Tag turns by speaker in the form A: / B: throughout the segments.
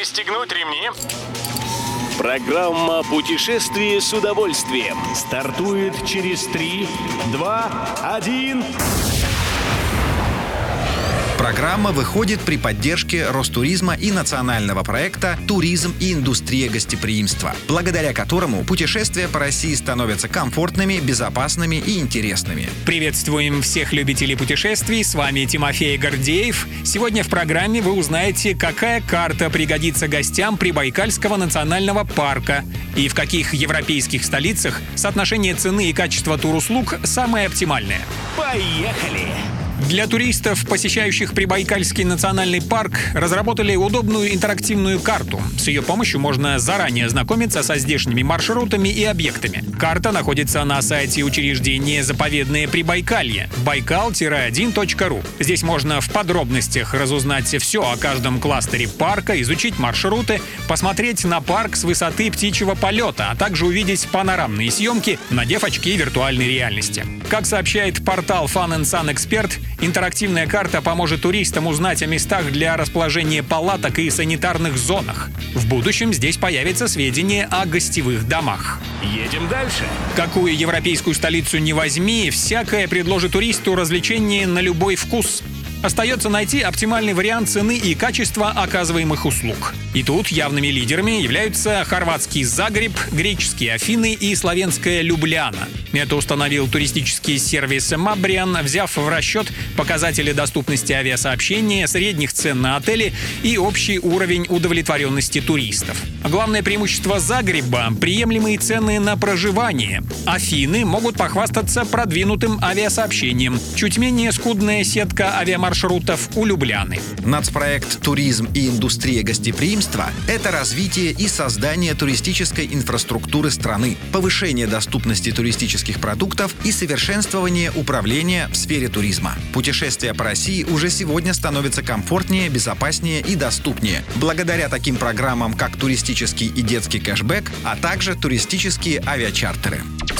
A: Пристегнуть ремни.
B: Программа «Путешествие с удовольствием»
C: стартует через 3, 2, 1...
D: Программа выходит при поддержке Ростуризма и национального проекта «Туризм и индустрия гостеприимства», благодаря которому путешествия по России становятся комфортными, безопасными и интересными.
E: Приветствуем всех любителей путешествий, с вами Тимофей Гордеев. Сегодня в программе вы узнаете, какая карта пригодится гостям Прибайкальского национального парка и в каких европейских столицах соотношение цены и качества туруслуг самое оптимальное.
B: Поехали!
E: Для туристов, посещающих Прибайкальский национальный парк, разработали удобную интерактивную карту. С ее помощью можно заранее ознакомиться со здешними маршрутами и объектами. Карта находится на сайте учреждения «Заповедное Прибайкалье» baikal-1.ru. Здесь можно в подробностях разузнать все о каждом кластере парка, изучить маршруты, посмотреть на парк с высоты птичьего полета, а также увидеть панорамные съемки, надев очки виртуальной реальности. Как сообщает портал Fun & Sun Expert, интерактивная карта поможет туристам узнать о местах для расположения палаток и санитарных зонах. В будущем здесь появятся сведения о гостевых домах.
B: Едем дальше.
E: Какую европейскую столицу не возьми, всякое предложит туристу развлечение на любой вкус. Остается найти оптимальный вариант цены и качества оказываемых услуг. И тут явными лидерами являются хорватский Загреб, греческие Афины и славянская Любляна. Это установил туристический сервис Мабриан, взяв в расчет показатели доступности авиасообщения, средних цен на отели и общий уровень удовлетворенности туристов. Главное преимущество Загреба – приемлемые цены на проживание. Афины могут похвастаться продвинутым авиасообщением. Чуть менее скудная сетка авиамаршрутов у Любляны.
D: Нацпроект «Туризм и индустрия гостеприимства» — это развитие и создание туристической инфраструктуры страны, повышение доступности туристических продуктов и совершенствование управления в сфере туризма. Путешествия по России уже сегодня становятся комфортнее, безопаснее и доступнее, благодаря таким программам, как туристический и детский кэшбэк, а также туристические авиачартеры.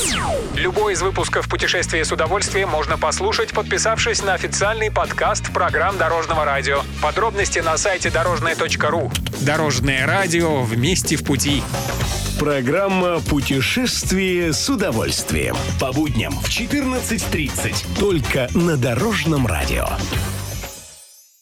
E: Любой из выпусков «Путешествия с удовольствием» можно послушать, подписавшись на официальный подкаст программ Дорожного радио. Подробности на сайте дорожное.ру. Дорожное радио, вместе в пути.
B: Программа «Путешествие с удовольствием». По будням в 14:30. Только на Дорожном радио.